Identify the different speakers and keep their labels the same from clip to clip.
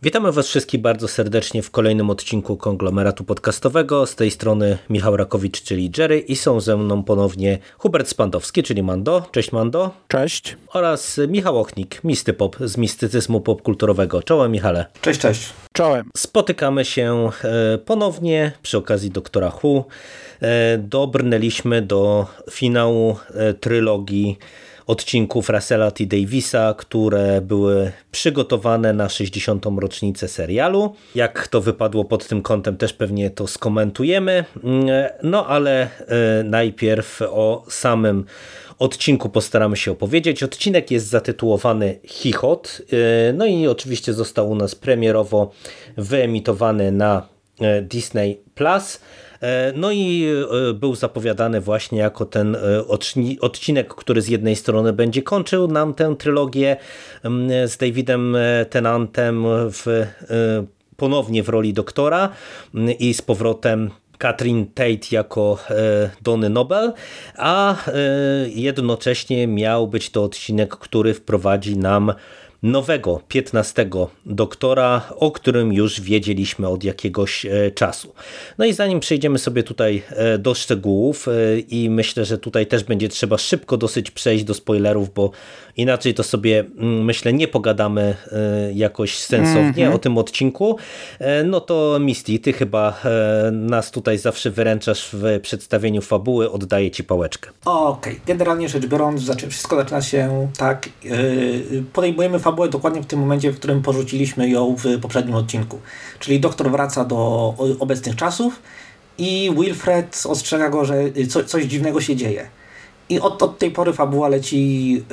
Speaker 1: Witamy Was wszystkich bardzo serdecznie w kolejnym odcinku Konglomeratu Podcastowego. Z tej strony Michał Rakowicz, czyli Jerry, i są ze mną ponownie Hubert Spandowski, czyli Mando. Cześć Mando.
Speaker 2: Cześć.
Speaker 1: Oraz Michał Ochnik, Mistypop z mistycyzmu popkulturowego. Czołem Michale.
Speaker 3: Cześć, cześć.
Speaker 2: Czołem.
Speaker 1: Spotykamy się ponownie przy okazji Doktora Who. Dobrnęliśmy do finału trylogii odcinków Russella T. Davisa, które były przygotowane na 60. rocznicę serialu. Jak to wypadło pod tym kątem, też pewnie to skomentujemy. No ale najpierw o samym odcinku postaramy się opowiedzieć. Odcinek jest zatytułowany Chichot. No i oczywiście został u nas premierowo wyemitowany na Disney Plus. No i był zapowiadany właśnie jako ten odcinek, który z jednej strony będzie kończył nam tę trylogię z Davidem Tennantem ponownie w roli doktora i z powrotem Catherine Tate jako Donny Noble, a jednocześnie miał być to odcinek, który wprowadzi nam nowego 15 doktora, o którym już wiedzieliśmy od jakiegoś czasu. No i zanim przejdziemy sobie tutaj do szczegółów i myślę, że tutaj też będzie trzeba szybko dosyć przejść do spoilerów, bo inaczej to sobie myślę nie pogadamy jakoś sensownie o tym odcinku, no to Misty, ty chyba nas tutaj zawsze wyręczasz w przedstawieniu fabuły, oddaję ci pałeczkę.
Speaker 3: Okej. Generalnie rzecz biorąc, wszystko zaczyna się tak, podejmujemy fabułę dokładnie w tym momencie, w którym porzuciliśmy ją w poprzednim odcinku. Czyli doktor wraca do obecnych czasów i Wilfred ostrzega go, że coś dziwnego się dzieje. I od tej pory fabuła leci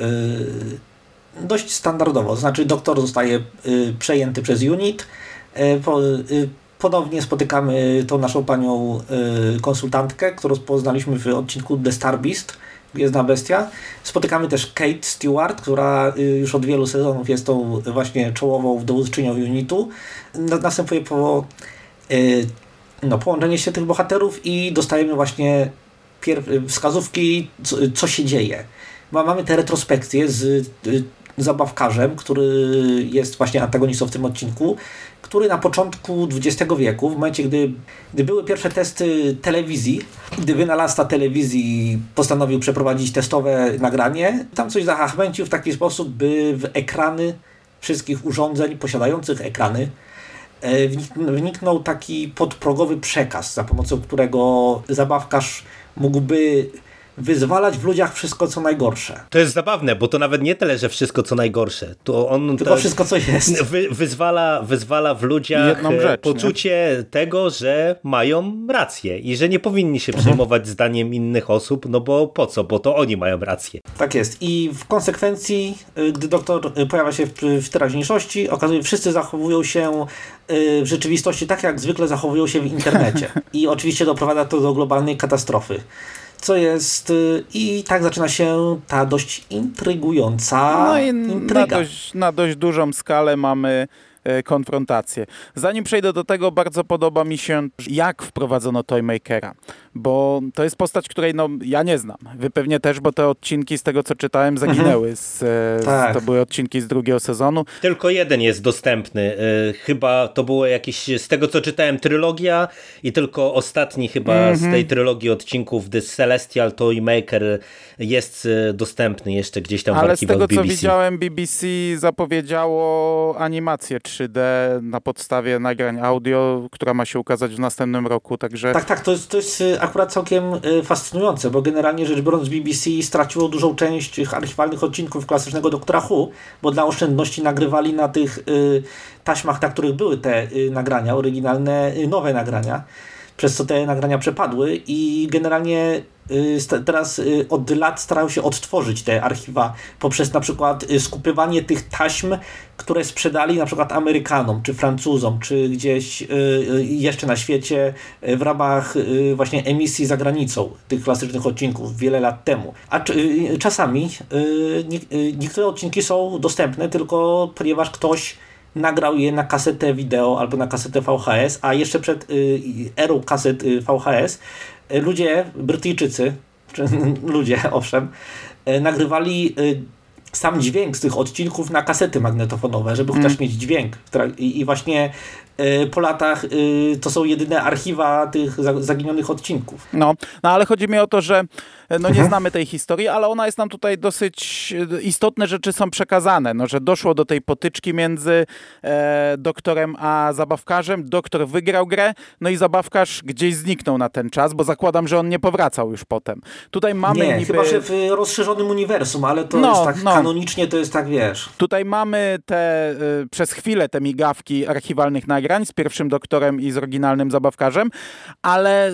Speaker 3: dość standardowo. Znaczy doktor zostaje przejęty przez unit. Ponownie spotykamy tą naszą panią konsultantkę, którą poznaliśmy w odcinku The Star Beast, Gwiezdna Bestia. Spotykamy też Kate Stewart, która już od wielu sezonów jest tą właśnie czołową dowódczynią unitu. Następuje połączenie się tych bohaterów i dostajemy właśnie wskazówki, co się dzieje. Mamy te retrospekcje z zabawkarzem, który jest właśnie antagonistą w tym odcinku, który na początku XX wieku, w momencie, gdy były pierwsze testy telewizji, gdy wynalazca telewizji postanowił przeprowadzić testowe nagranie, tam coś zachachmęcił w taki sposób, by w ekrany wszystkich urządzeń posiadających ekrany wniknął taki podprogowy przekaz, za pomocą którego zabawkarz mógłby wyzwalać w ludziach wszystko, co najgorsze.
Speaker 1: To jest zabawne, bo to nawet nie tyle, że wszystko, co najgorsze. To on
Speaker 3: tylko wszystko, co jest.
Speaker 1: Wyzwala w ludziach
Speaker 2: rzecz,
Speaker 1: poczucie tego, że mają rację i że nie powinni się przejmować zdaniem innych osób, no bo po co? Bo to oni mają rację.
Speaker 3: Tak jest. I w konsekwencji, gdy doktor pojawia się w teraźniejszości, okazuje się, że wszyscy zachowują się w rzeczywistości tak, jak zwykle zachowują się w internecie. I oczywiście doprowadza to do globalnej katastrofy. Co jest... I tak zaczyna się ta dość intrygująca intryga.
Speaker 2: Na dość dużą skalę mamy konfrontację. Zanim przejdę do tego, bardzo podoba mi się, jak wprowadzono Toymakera, bo to jest postać, której ja nie znam. Wy pewnie też, bo te odcinki z tego, co czytałem, zaginęły. To były odcinki z drugiego sezonu.
Speaker 1: Tylko jeden jest dostępny. Chyba to było jakieś, z tego co czytałem, trylogia i tylko ostatni chyba z tej trylogii odcinków The Celestial Toymaker jest dostępny jeszcze gdzieś tam w archiwach BBC.
Speaker 2: Ale z tego, co widziałem, BBC zapowiedziało animację 3D na podstawie nagrań audio, która ma się ukazać w następnym roku, także...
Speaker 3: Tak, to jest akurat całkiem fascynujące, bo generalnie rzecz biorąc BBC straciło dużą część archiwalnych odcinków klasycznego Doktora Who, bo dla oszczędności nagrywali na tych taśmach, na których były te nagrania, oryginalne, nowe nagrania, przez co te nagrania przepadły i generalnie teraz od lat starają się odtworzyć te archiwa poprzez na przykład skupywanie tych taśm, które sprzedali na przykład Amerykanom, czy Francuzom, czy gdzieś jeszcze na świecie w ramach właśnie emisji za granicą tych klasycznych odcinków wiele lat temu. A czasami niektóre odcinki są dostępne tylko ponieważ ktoś nagrał je na kasetę wideo albo na kasetę VHS, a jeszcze przed erą kaset VHS ludzie, Brytyjczycy, owszem, nagrywali sam dźwięk z tych odcinków na kasety magnetofonowe, żeby chociaż mieć dźwięk. I właśnie po latach to są jedyne archiwa tych zaginionych odcinków.
Speaker 2: No ale chodzi mi o to, że nie znamy tej historii, ale ona jest nam tutaj dosyć istotne rzeczy są przekazane, że doszło do tej potyczki między doktorem a zabawkarzem, doktor wygrał grę, i zabawkarz gdzieś zniknął na ten czas, bo zakładam, że on nie powracał już potem. Tutaj mamy
Speaker 3: niby... chyba, że w rozszerzonym uniwersum, ale to jest tak kanonicznie, to jest tak, wiesz.
Speaker 2: Tutaj mamy przez chwilę te migawki archiwalnych nagrań z pierwszym doktorem i z oryginalnym zabawkarzem, ale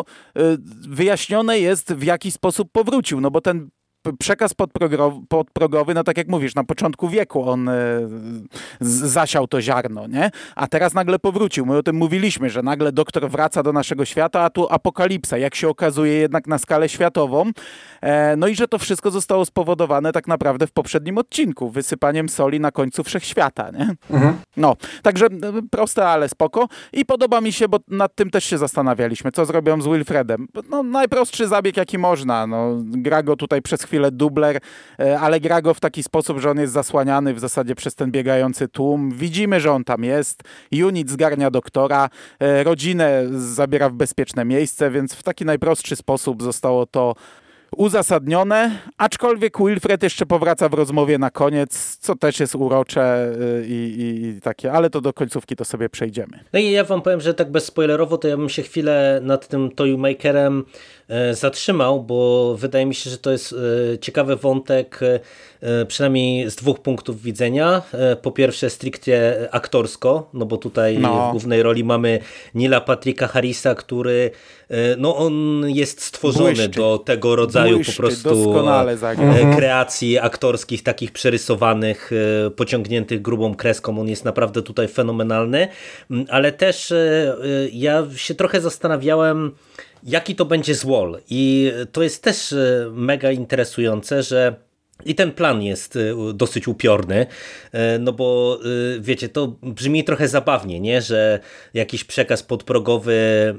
Speaker 2: wyjaśnione jest, w jaki sposób powrócił, bo ten przekaz podprogowy, tak jak mówisz, na początku wieku on zasiał to ziarno, nie? A teraz nagle powrócił. My o tym mówiliśmy, że nagle doktor wraca do naszego świata, a tu apokalipsa, jak się okazuje jednak na skalę światową. I że to wszystko zostało spowodowane tak naprawdę w poprzednim odcinku, wysypaniem soli na końcu wszechświata, nie? Także proste, ale spoko. I podoba mi się, bo nad tym też się zastanawialiśmy, co zrobią z Wilfredem. Najprostszy zabieg, jaki można. Gra go tutaj przez chwilę dubler, ale gra go w taki sposób, że on jest zasłaniany w zasadzie przez ten biegający tłum. Widzimy, że on tam jest. Unit zgarnia doktora, rodzinę zabiera w bezpieczne miejsce, więc w taki najprostszy sposób zostało to uzasadnione, aczkolwiek Wilfred jeszcze powraca w rozmowie na koniec, co też jest urocze i takie, ale to do końcówki to sobie przejdziemy.
Speaker 1: I ja wam powiem, że tak bezspoilerowo, to ja bym się chwilę nad tym Toymakerem zatrzymał, bo wydaje mi się, że to jest ciekawy wątek, przynajmniej z dwóch punktów widzenia. Po pierwsze stricte aktorsko, bo tutaj w głównej roli mamy Neila Patricka Harrisa, który on jest stworzony do tego rodzaju po prostu kreacji aktorskich, takich przerysowanych, pociągniętych grubą kreską. On jest naprawdę tutaj fenomenalny, ale też ja się trochę zastanawiałem, jaki to będzie Złol. I to jest też mega interesujące, że i ten plan jest dosyć upiorny, bo wiecie, to brzmi trochę zabawnie, nie? Że jakiś przekaz podprogowy,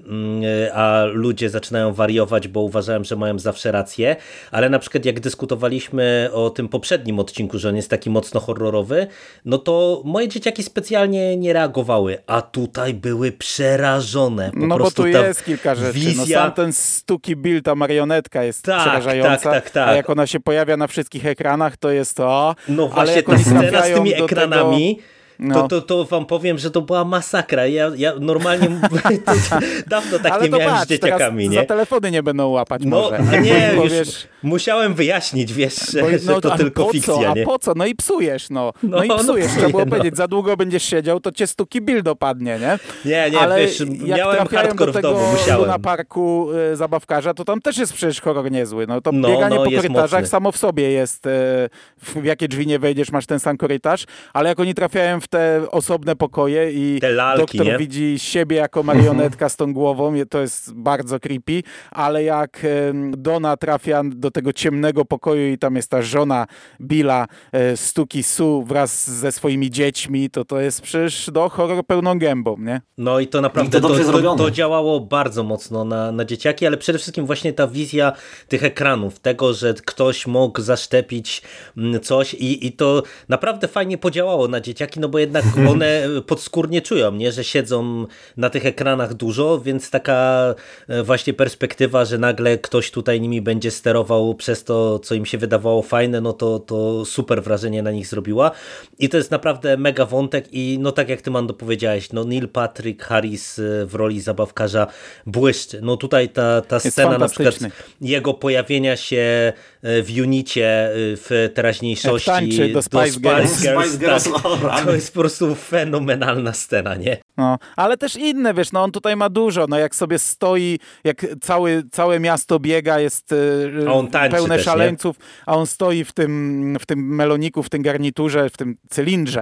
Speaker 1: a ludzie zaczynają wariować, bo uważałem, że mają zawsze rację, ale na przykład jak dyskutowaliśmy o tym poprzednim odcinku, że on jest taki mocno horrorowy, to moje dzieciaki specjalnie nie reagowały, a tutaj były przerażone.
Speaker 2: Bo tu jest kilka rzeczy.
Speaker 1: Wizja...
Speaker 2: Sam ten Stucky Bill, ta marionetka jest przerażająca,
Speaker 1: tak.
Speaker 2: A jak ona się pojawia na wszystkich ekranach, to jest to...
Speaker 1: Właśnie ta scena z tymi ekranami... To wam powiem, że to była masakra. Ja normalnie dawno tak nie miałem z dzieciakami, nie?
Speaker 2: Za telefony nie będą łapać może.
Speaker 1: Nie, już musiałem wyjaśnić, wiesz, że to tylko fikcja, nie?
Speaker 2: A po co? I psujesz, i psujesz. Trzeba było powiedzieć, za długo będziesz siedział, to cię Stucky Bill dopadnie, nie?
Speaker 1: Nie, ale wiesz, miałem hardcore w domu, musiałem.
Speaker 2: Na parku zabawkarza, to tam też jest przecież horror niezły. To bieganie po korytarzach samo w sobie jest, w jakie drzwi nie wejdziesz, masz ten sam korytarz, ale jak oni trafiają w te osobne pokoje i
Speaker 1: lalki,
Speaker 2: doktor
Speaker 1: nie?
Speaker 2: widzi siebie jako marionetka z tą głową, to jest bardzo creepy, ale jak Donna trafia do tego ciemnego pokoju i tam jest ta żona Billa, Stucky Sue wraz ze swoimi dziećmi, to jest przecież horror pełną gębą, nie?
Speaker 1: I to naprawdę to działało bardzo mocno na dzieciaki, ale przede wszystkim właśnie ta wizja tych ekranów, tego, że ktoś mógł zaszczepić coś i to naprawdę fajnie podziałało na dzieciaki, bo jednak one podskórnie czują, nie, że siedzą na tych ekranach dużo, więc taka właśnie perspektywa, że nagle ktoś tutaj nimi będzie sterował przez to, co im się wydawało fajne, to super wrażenie na nich zrobiła. I to jest naprawdę mega wątek i tak jak ty, Mando, powiedziałeś, Neil Patrick Harris w roli zabawkarza błyszczy. Tutaj ta scena na przykład jego pojawienia się w unicie w teraźniejszości
Speaker 2: tańczy do Spice Girls.
Speaker 1: To jest po prostu fenomenalna scena, nie?
Speaker 2: Ale też inne, wiesz, on tutaj ma dużo, jak sobie stoi, jak całe miasto biega, jest pełne
Speaker 1: też,
Speaker 2: szaleńców, nie? A on stoi w tym meloniku, w tym garniturze, w tym cylindrze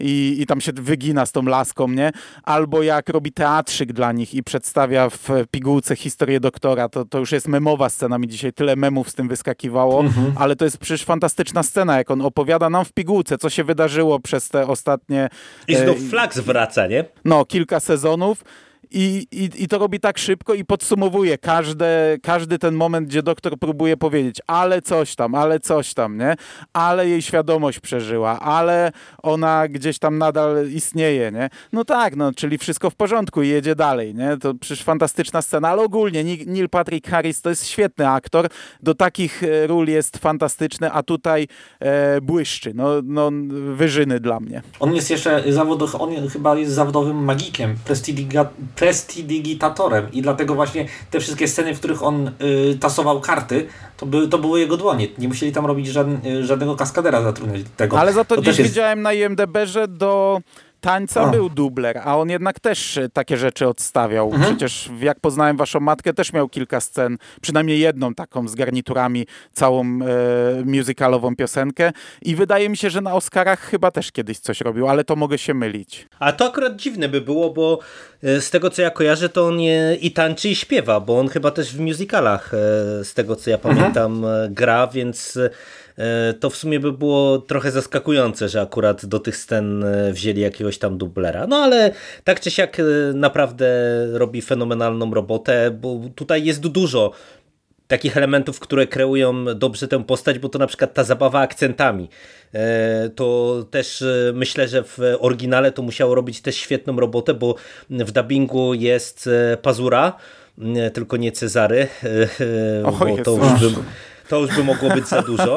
Speaker 2: i tam się wygina z tą laską, nie? Albo jak robi teatrzyk dla nich i przedstawia w pigułce historię doktora, to już jest memowa scena, mi dzisiaj tyle memów z tym wyskakiwało, ale to jest przecież fantastyczna scena, jak on opowiada nam w pigułce, co się wydarzyło przez te ostatnie...
Speaker 1: I znów Flax wraca, nie?
Speaker 2: Kilka sezonów I to robi tak szybko i podsumowuje każdy ten moment, gdzie doktor próbuje powiedzieć, ale coś tam, nie? Ale jej świadomość przeżyła, ale ona gdzieś tam nadal istnieje, nie? No tak, no, czyli wszystko w porządku i jedzie dalej, nie? To przecież fantastyczna scena, ale ogólnie Neil Patrick Harris to jest świetny aktor, do takich ról jest fantastyczny, a tutaj błyszczy, no wyżyny dla mnie.
Speaker 3: On jest jeszcze on chyba jest zawodowym magikiem, prestidigitatorem i dlatego właśnie te wszystkie sceny, w których on tasował karty, to były jego dłonie. Nie musieli tam robić żadnego kaskadera zatrudniać do tego.
Speaker 2: Ale za to gdzieś
Speaker 3: jest...
Speaker 2: widziałem na IMDb, że do tańca był dubler, a on jednak też takie rzeczy odstawiał. Przecież jak poznałem waszą matkę, też miał kilka scen, przynajmniej jedną taką z garniturami, całą musicalową piosenkę i wydaje mi się, że na Oscarach chyba też kiedyś coś robił, ale to mogę się mylić.
Speaker 1: A to akurat dziwne by było, bo z tego co ja kojarzę, to on i tańczy i śpiewa, bo on chyba też w musicalach, z tego co ja pamiętam, gra, więc to w sumie by było trochę zaskakujące, że akurat do tych scen wzięli jakiegoś tam dublera. No ale tak czy siak naprawdę robi fenomenalną robotę, bo tutaj jest dużo takich elementów, które kreują dobrze tę postać, bo to na przykład ta zabawa akcentami. To też myślę, że w oryginale to musiało robić też świetną robotę, bo w dubbingu jest Pazura, tylko nie Cezary, bo to już by mogło być za dużo,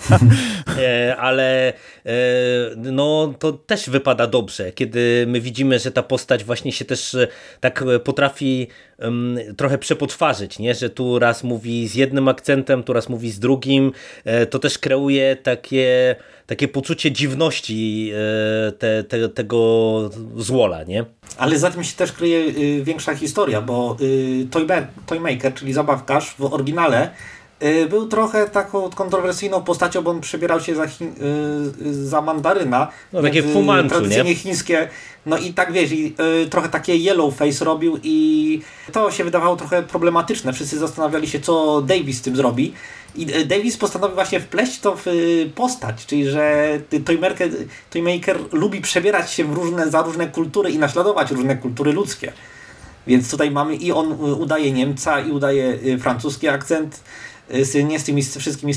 Speaker 1: ale no to też wypada dobrze, kiedy my widzimy, że ta postać właśnie się też tak potrafi trochę przepotwarzyć, nie? Że tu raz mówi z jednym akcentem, tu raz mówi z drugim, to też kreuje takie poczucie dziwności tego złola, nie?
Speaker 3: Ale za tym się też kryje większa historia, bo Toymaker, czyli zabawkarz w oryginale był trochę taką kontrowersyjną postacią, bo on przebierał się za mandaryna.
Speaker 1: No takie Fumanchu,
Speaker 3: tradycyjnie
Speaker 1: nie?
Speaker 3: chińskie. No i tak wiesz, trochę takie yellow face robił i to się wydawało trochę problematyczne. Wszyscy zastanawiali się, co Davis z tym zrobi. I Davis postanowił właśnie wpleść to w postać, czyli że Toymaker lubi przebierać się za różne kultury i naśladować różne kultury ludzkie. Więc tutaj mamy i on udaje Niemca i udaje francuski akcent, nie z tymi wszystkimi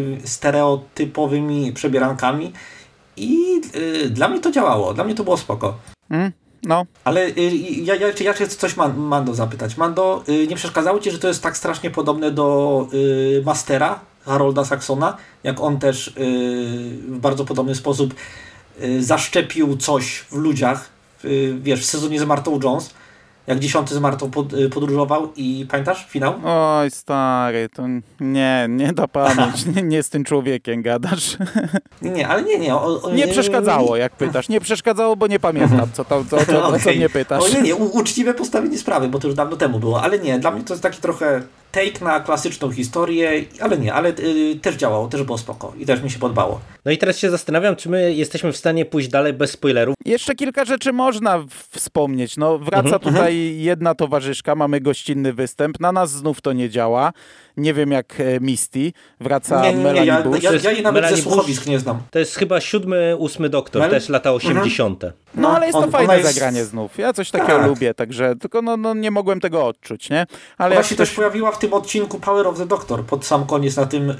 Speaker 3: stereotypowymi przebierankami i dla mnie to działało, dla mnie to było spoko.
Speaker 2: No.
Speaker 3: Ale ja cię coś Mando zapytać. Mando, nie przeszkadzało ci, że to jest tak strasznie podobne do Mastera Harolda Saxona, jak on też w bardzo podobny sposób zaszczepił coś w ludziach, wiesz, w sezonie z Martą Jones, jak 10 z Martą podróżował i pamiętasz finał?
Speaker 2: Oj stary, to nie da pamięć, nie z tym człowiekiem gadasz.
Speaker 3: Nie, ale nie.
Speaker 2: Nie przeszkadzało, jak pytasz. Nie przeszkadzało, bo nie pamiętam, o co mnie pytasz.
Speaker 3: Uczciwe postawienie sprawy, bo to już dawno temu było, ale nie, dla mnie to jest taki trochę take na klasyczną historię, ale też działało, też było spoko i też mi się podobało.
Speaker 1: No i teraz się zastanawiam, czy my jesteśmy w stanie pójść dalej bez spoilerów.
Speaker 2: Jeszcze kilka rzeczy można wspomnieć. No, wraca tutaj jedna towarzyszka, mamy gościnny występ, na nas znów to nie działa. Nie wiem jak Misty, wraca Melanie Bush.
Speaker 3: Ja jej nawet ze słuchowisk nie znam.
Speaker 1: To jest chyba 7., 8 doktor, też lata 80.
Speaker 2: No ale jest to fajne zagranie znów. Ja coś takiego lubię, także tylko nie mogłem tego odczuć, nie? Ale
Speaker 3: ona się też pojawiła w tym odcinku Power of the Doctor pod sam koniec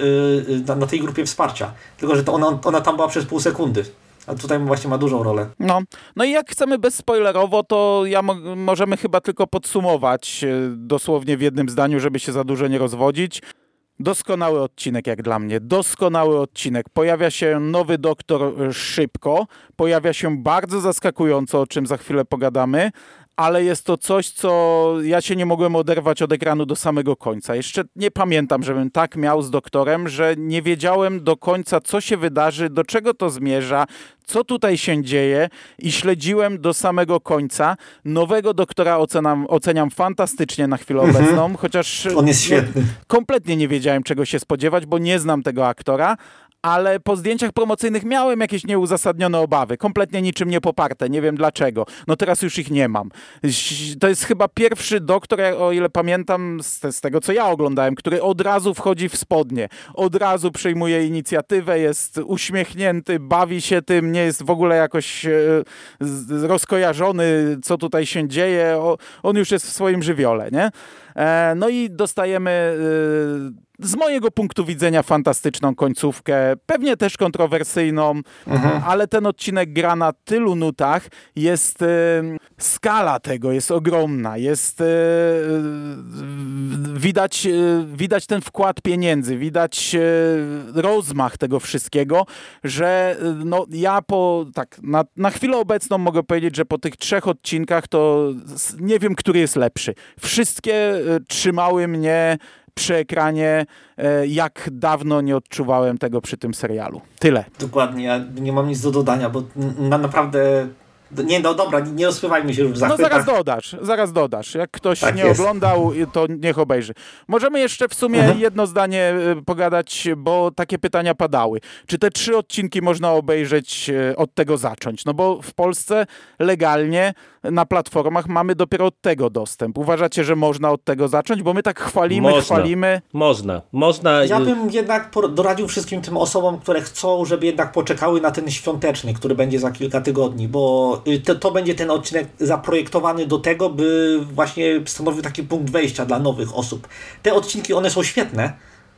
Speaker 3: na tej grupie wsparcia. Tylko, że to ona tam była przez pół sekundy. A tutaj właśnie ma dużą rolę.
Speaker 2: No i jak chcemy bezspoilerowo, to możemy chyba tylko podsumować dosłownie w jednym zdaniu, żeby się za dużo nie rozwodzić. Doskonały odcinek jak dla mnie. Doskonały odcinek. Pojawia się nowy doktor szybko. Pojawia się bardzo zaskakująco, o czym za chwilę pogadamy. Ale jest to coś, co ja się nie mogłem oderwać od ekranu do samego końca. Jeszcze nie pamiętam, żebym tak miał z doktorem, że nie wiedziałem do końca, co się wydarzy, do czego to zmierza, co tutaj się dzieje i śledziłem do samego końca. Nowego doktora oceniam fantastycznie na chwilę obecną, chociaż
Speaker 3: on jest świetny.
Speaker 2: Kompletnie nie wiedziałem, czego się spodziewać, bo nie znam tego aktora, ale po zdjęciach promocyjnych miałem jakieś nieuzasadnione obawy, kompletnie niczym nie poparte, nie wiem dlaczego. No teraz już ich nie mam. To jest chyba pierwszy doktor, o ile pamiętam z tego, co ja oglądałem, który od razu wchodzi w spodnie, od razu przejmuje inicjatywę, jest uśmiechnięty, bawi się tym, nie jest w ogóle jakoś rozkojarzony, co tutaj się dzieje. On już jest w swoim żywiole, nie? No i dostajemy z mojego punktu widzenia fantastyczną końcówkę, pewnie też kontrowersyjną, ale ten odcinek gra na tylu nutach, jest skala tego jest ogromna, jest widać ten wkład pieniędzy, widać rozmach tego wszystkiego, że no ja na chwilę obecną mogę powiedzieć, że po tych 3 odcinkach to nie wiem, który jest lepszy. Wszystkie trzymały mnie przy ekranie, jak dawno nie odczuwałem tego przy tym serialu. Tyle.
Speaker 3: Dokładnie, ja nie mam nic do dodania, bo naprawdę... Nie, no dobra, nie rozpływajmy się już w zachwytach.
Speaker 2: No zaraz dodasz. Jak ktoś
Speaker 3: tak
Speaker 2: nie
Speaker 3: jest.
Speaker 2: oglądał, to niech obejrzy. Możemy jeszcze w sumie jedno zdanie pogadać, bo takie pytania padały. Czy te 3 odcinki można obejrzeć, od tego zacząć? No bo w Polsce legalnie na platformach mamy dopiero od tego dostęp. Uważacie, że można od tego zacząć? Bo my tak chwalimy.
Speaker 1: Można.
Speaker 3: Ja bym jednak doradził wszystkim tym osobom, które chcą, żeby jednak poczekały na ten świąteczny, który będzie za kilka tygodni, bo to będzie ten odcinek zaprojektowany do tego, by właśnie stanowił taki punkt wejścia dla nowych osób. Te odcinki, one są świetne,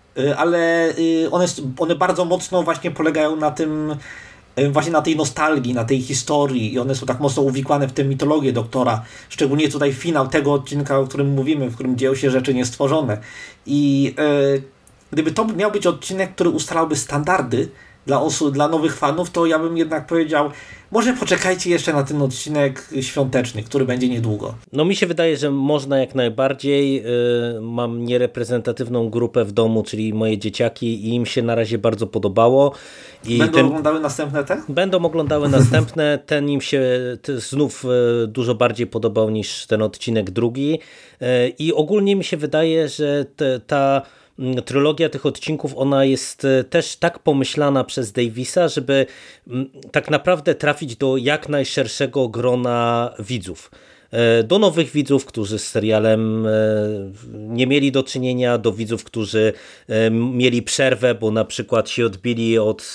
Speaker 3: ale one bardzo mocno właśnie polegają na tym, właśnie na tej nostalgii, na tej historii i one są tak mocno uwikłane w tę mitologię doktora, szczególnie tutaj finał tego odcinka, o którym mówimy, w którym dzieją się rzeczy niestworzone. I gdyby to miał być odcinek, który ustalałby standardy dla nowych fanów, to ja bym jednak powiedział, może poczekajcie jeszcze na ten odcinek świąteczny, który będzie niedługo.
Speaker 1: No mi się wydaje, że można jak najbardziej. Mam niereprezentatywną grupę w domu, czyli moje dzieciaki i im się na razie bardzo podobało.
Speaker 3: Będą oglądały następne te?
Speaker 1: Będą oglądały następne. Ten im się znów dużo bardziej podobał niż ten odcinek drugi. I ogólnie mi się wydaje, że ta trylogia tych odcinków, ona jest też tak pomyślana przez Davisa, żeby tak naprawdę trafić do jak najszerszego grona widzów. Do nowych widzów, którzy z serialem nie mieli do czynienia, do widzów, którzy mieli przerwę, bo na przykład się odbili od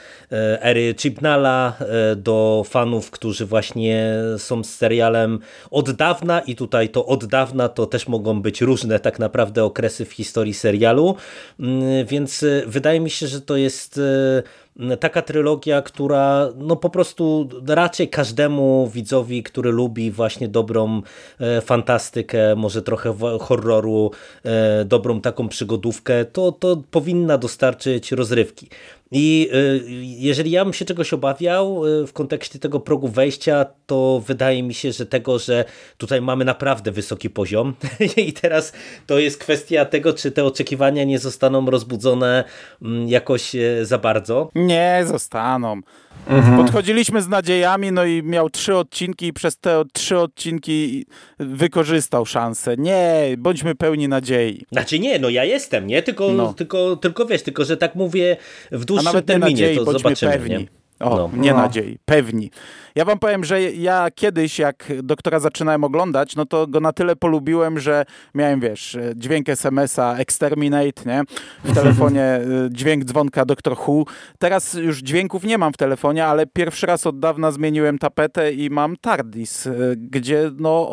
Speaker 1: ery Chibnalla, do fanów, którzy właśnie są z serialem od dawna i tutaj to od dawna to też mogą być różne tak naprawdę okresy w historii serialu, więc wydaje mi się, że to jest taka trylogia, która no po prostu raczej każdemu widzowi, który lubi właśnie dobrą fantastykę, może trochę horroru, dobrą taką przygodówkę, to powinna dostarczyć rozrywki. I jeżeli ja bym się czegoś obawiał w kontekście tego progu wejścia, to wydaje mi się, że że tutaj mamy naprawdę wysoki poziom i teraz to jest kwestia tego, czy te oczekiwania nie zostaną rozbudzone jakoś za bardzo.
Speaker 2: Nie zostaną. Podchodziliśmy z nadziejami, no i miał 3 odcinki i przez te 3 odcinki wykorzystał szansę. Nie, bądźmy pełni nadziei.
Speaker 1: Znaczy nie, no ja jestem, nie? Tylko wiesz, tylko że tak mówię w dłuższym terminie,
Speaker 2: nadziei,
Speaker 1: to zobaczymy.
Speaker 2: Pewni.
Speaker 1: Nie?
Speaker 2: Nadziei, pewni. Ja wam powiem, że ja kiedyś, jak doktora zaczynałem oglądać, no to go na tyle polubiłem, że miałem, dźwięk SMS-a Exterminate, nie? W telefonie dźwięk dzwonka Doctor Who. Teraz już dźwięków nie mam w telefonie, ale pierwszy raz od dawna zmieniłem tapetę i mam TARDIS, gdzie no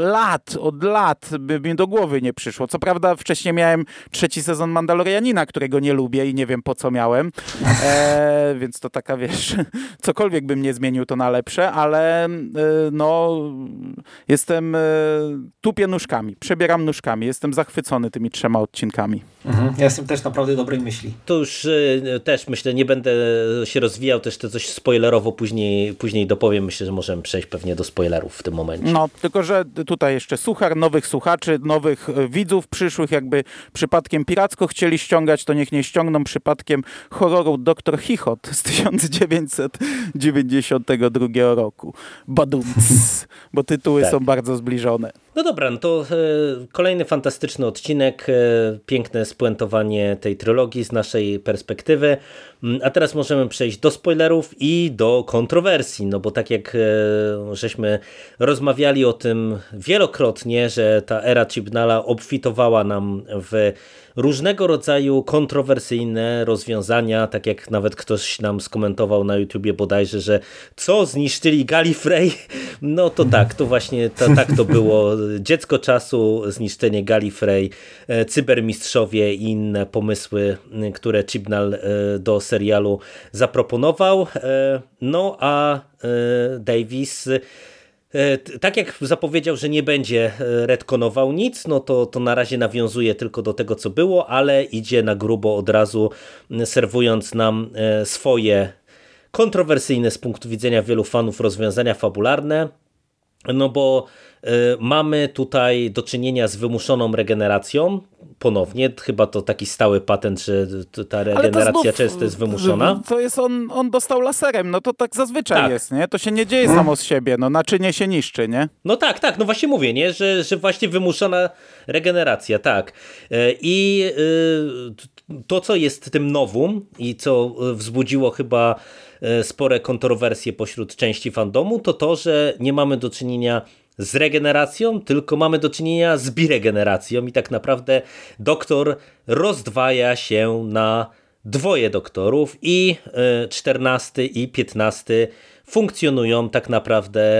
Speaker 2: od lat by mi do głowy nie przyszło. Co prawda wcześniej miałem 3. sezon Mandalorianina, którego nie lubię i nie wiem po co miałem, więc to taka, cokolwiek bym nie zmienił, to na lepsze, ale jestem, tupię nóżkami, przebieram nóżkami, jestem zachwycony tymi 3 odcinkami.
Speaker 3: Ja jestem też naprawdę dobrej myśli.
Speaker 1: To już też myślę, nie będę się rozwijał, też to coś spoilerowo później dopowiem, myślę, że możemy przejść pewnie do spoilerów w tym momencie.
Speaker 2: No, tylko że tutaj jeszcze suchar, nowych słuchaczy, nowych widzów przyszłych, jakby przypadkiem piracko chcieli ściągać, to niech nie ściągną przypadkiem horroru Dr. Chichot z 1992 roku. Badumc, bo tytuły są bardzo zbliżone.
Speaker 1: No dobra, no to kolejny fantastyczny odcinek, piękne spuentowanie tej trylogii z naszej perspektywy. A teraz możemy przejść do spoilerów i do kontrowersji, no bo tak jak żeśmy rozmawiali o tym wielokrotnie, że ta era Chibnalla obfitowała nam w różnego rodzaju kontrowersyjne rozwiązania, tak jak nawet ktoś nam skomentował na YouTubie bodajże, że co, zniszczyli Gallifrey? No to tak, to właśnie tak to było. Dziecko czasu, zniszczenie Gallifrey, cybermistrzowie i inne pomysły, które Chibnall do serialu zaproponował. No a Davis, tak jak zapowiedział, że nie będzie retkonował nic, no to na razie nawiązuje tylko do tego, co było, ale idzie na grubo od razu, serwując nam swoje kontrowersyjne z punktu widzenia wielu fanów rozwiązania fabularne, no bo mamy tutaj do czynienia z wymuszoną regeneracją. Ponownie, chyba to taki stały patent, że ta regeneracja często jest wymuszona.
Speaker 2: To jest on dostał laserem, no to tak zazwyczaj jest, nie? To się nie dzieje samo z siebie, no naczynie się niszczy, nie?
Speaker 1: No tak, no właśnie mówię, nie? Że właśnie wymuszona regeneracja, tak. I to, co jest tym nowum i co wzbudziło chyba spore kontrowersje pośród części fandomu, to, że nie mamy do czynienia z regeneracją, tylko mamy do czynienia z biregeneracją i tak naprawdę doktor rozdwaja się na dwoje doktorów i 14 i 15 funkcjonują tak naprawdę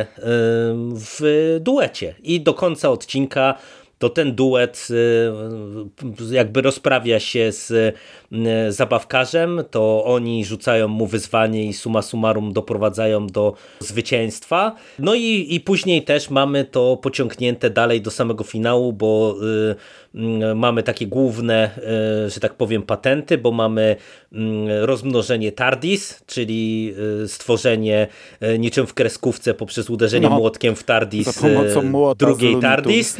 Speaker 1: w duecie i do końca odcinka to ten duet jakby rozprawia się z zabawkarzem, to oni rzucają mu wyzwanie i summa summarum doprowadzają do zwycięstwa. No i później też mamy to pociągnięte dalej do samego finału, bo mamy takie główne, że tak powiem, patenty, bo mamy rozmnożenie TARDIS, czyli stworzenie niczym w kreskówce poprzez uderzenie młotkiem w TARDIS drugiej TARDIS.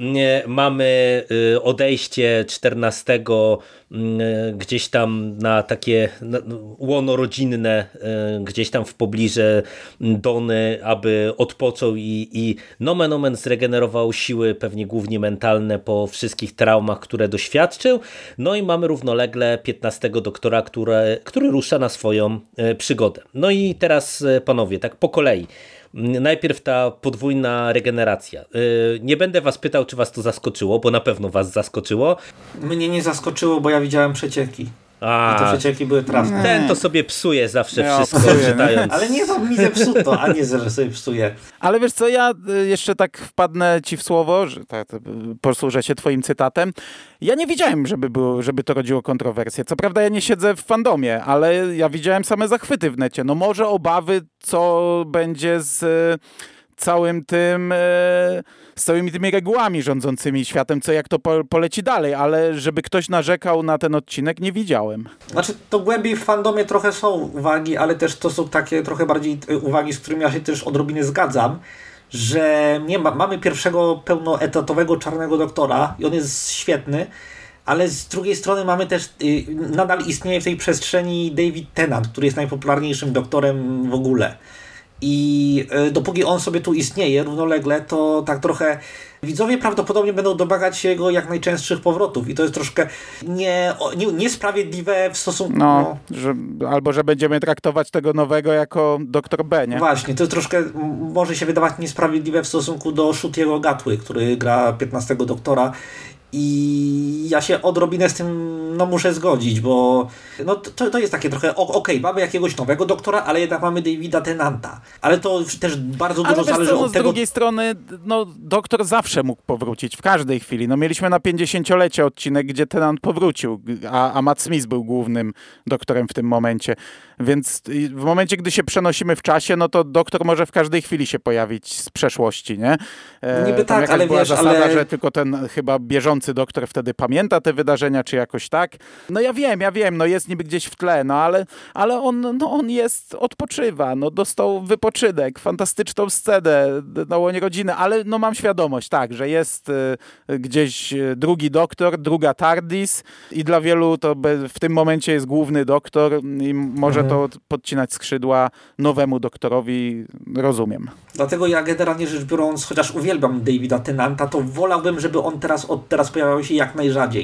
Speaker 1: Mamy odejście 14 gdzieś tam na takie łono rodzinne, gdzieś tam w pobliżu Dony, aby odpoczął i nomen omen zregenerował siły, pewnie głównie mentalne, po wszystkich traumach, które doświadczył. No i mamy równolegle 15 doktora, który rusza na swoją przygodę. No i teraz, panowie, tak po kolei. Najpierw ta podwójna regeneracja. Nie będę was pytał, czy was to zaskoczyło, bo na pewno was zaskoczyło.
Speaker 3: Mnie nie zaskoczyło, bo ja widziałem przecieki. I te przecieki były trafne.
Speaker 1: Ten to sobie psuje zawsze wszystko, czytając.
Speaker 3: Ale nie, to mi zepsuto, a nie, że sobie psuje.
Speaker 2: Ale wiesz co, ja jeszcze tak wpadnę ci w słowo, że posłużę się twoim cytatem. Ja nie widziałem, żeby to rodziło kontrowersję. Co prawda ja nie siedzę w fandomie, ale ja widziałem same zachwyty w necie. No może obawy, co będzie z całym tym, z całymi tymi regułami rządzącymi światem, jak to poleci dalej, ale żeby ktoś narzekał na ten odcinek, nie widziałem.
Speaker 3: Znaczy, to głębiej w fandomie trochę są uwagi, ale też to są takie trochę bardziej uwagi, z którymi ja się też odrobinę zgadzam, że mamy pierwszego pełnoetatowego Czarnego Doktora i on jest świetny, ale z drugiej strony mamy też, nadal istnieje w tej przestrzeni David Tennant, który jest najpopularniejszym doktorem w ogóle. I dopóki on sobie tu istnieje równolegle, to tak trochę widzowie prawdopodobnie będą domagać się jego jak najczęstszych powrotów i to jest troszkę niesprawiedliwe w stosunku...
Speaker 2: Albo że będziemy traktować tego nowego jako Doktor B, nie?
Speaker 3: Właśnie, to jest troszkę, może się wydawać niesprawiedliwe w stosunku do Ncutiego Gatwy, który gra 15 Doktora. I ja się odrobinę z tym muszę zgodzić, bo to jest takie trochę okej, mamy jakiegoś nowego doktora, ale jednak mamy Davida Tennanta. Ale to też bardzo dużo zależy od tego...
Speaker 2: Z drugiej strony, doktor zawsze mógł powrócić w każdej chwili. Mieliśmy na 50-lecie odcinek, gdzie Tennant powrócił, a Matt Smith był głównym doktorem w tym momencie. Więc w momencie, gdy się przenosimy w czasie, to doktor może w każdej chwili się pojawić z przeszłości, nie?
Speaker 3: Niby tak, ale
Speaker 2: była
Speaker 3: wiesz,
Speaker 2: zasada, że tylko ten chyba bieżący doktor wtedy pamięta te wydarzenia, czy jakoś tak. Ja wiem, jest niby gdzieś w tle, ale on odpoczywa, dostał wypoczynek, fantastyczną scenę na łonie rodziny, ale mam świadomość, tak, że jest gdzieś drugi doktor, druga TARDIS i dla wielu to w tym momencie jest główny doktor i może to podcinać skrzydła nowemu doktorowi, rozumiem.
Speaker 3: Dlatego ja generalnie rzecz biorąc, chociaż uwielbiam Davida Tennanta, to wolałbym, żeby on od teraz pojawiał się jak najrzadziej.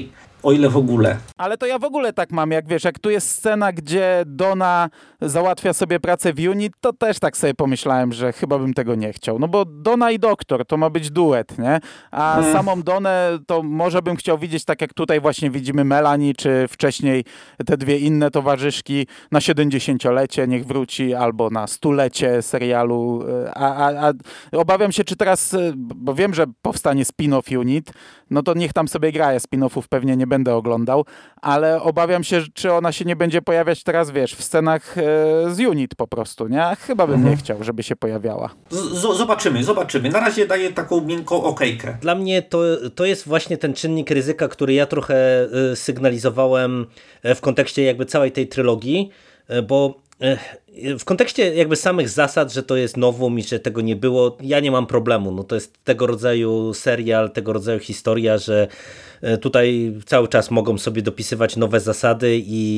Speaker 3: o ile w ogóle.
Speaker 2: Ale to ja w ogóle tak mam, jak wiesz, jak tu jest scena, gdzie Donna załatwia sobie pracę w unit, to też tak sobie pomyślałem, że chyba bym tego nie chciał. No bo Donna i doktor to ma być duet, nie? A samą Donnę to może bym chciał widzieć tak jak tutaj właśnie widzimy Melanie, czy wcześniej te dwie inne towarzyszki na 70-lecie niech wróci, albo na 100-lecie serialu. A obawiam się, czy teraz, bo wiem, że powstanie spin-off unit, no to niech tam sobie gra, ja spin-offów pewnie nie będę oglądał, ale obawiam się, czy ona się nie będzie pojawiać teraz, wiesz, w scenach z unit po prostu, nie? A chyba bym nie chciał, żeby się pojawiała.
Speaker 3: Zobaczymy. Na razie daję taką miękką okejkę.
Speaker 1: Dla mnie to jest właśnie ten czynnik ryzyka, który ja trochę sygnalizowałem w kontekście jakby całej tej trylogii, bo w kontekście jakby samych zasad, że to jest nowum i że tego nie było, ja nie mam problemu. No to jest tego rodzaju serial, tego rodzaju historia, że tutaj cały czas mogą sobie dopisywać nowe zasady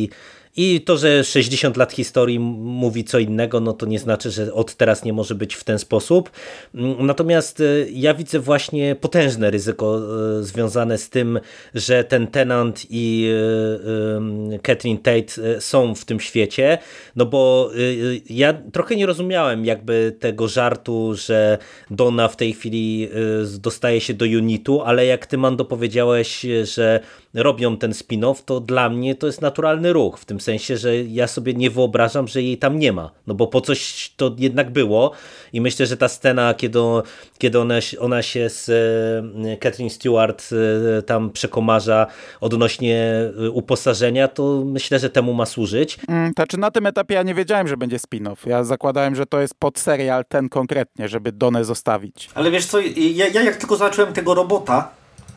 Speaker 1: i to, że 60 lat historii mówi co innego, no to nie znaczy, że od teraz nie może być w ten sposób. Natomiast ja widzę właśnie potężne ryzyko związane z tym, że ten Tennant i Catherine Tate są w tym świecie, no bo ja trochę nie rozumiałem jakby tego żartu, że Donna w tej chwili dostaje się do unitu, ale jak ty, Mando, powiedziałeś, że robią ten spin-off, to dla mnie to jest naturalny ruch, w tym sensie, że ja sobie nie wyobrażam, że jej tam nie ma, no bo po coś to jednak było i myślę, że ta scena, kiedy ona się z Catherine Stewart tam przekomarza odnośnie uposażenia, to myślę, że temu ma służyć.
Speaker 2: Znaczy na tym etapie ja nie wiedziałem, że będzie spin-off. Ja zakładałem, że to jest podserial ten konkretnie, żeby Donę zostawić.
Speaker 3: Ale wiesz co, ja jak tylko zobaczyłem tego robota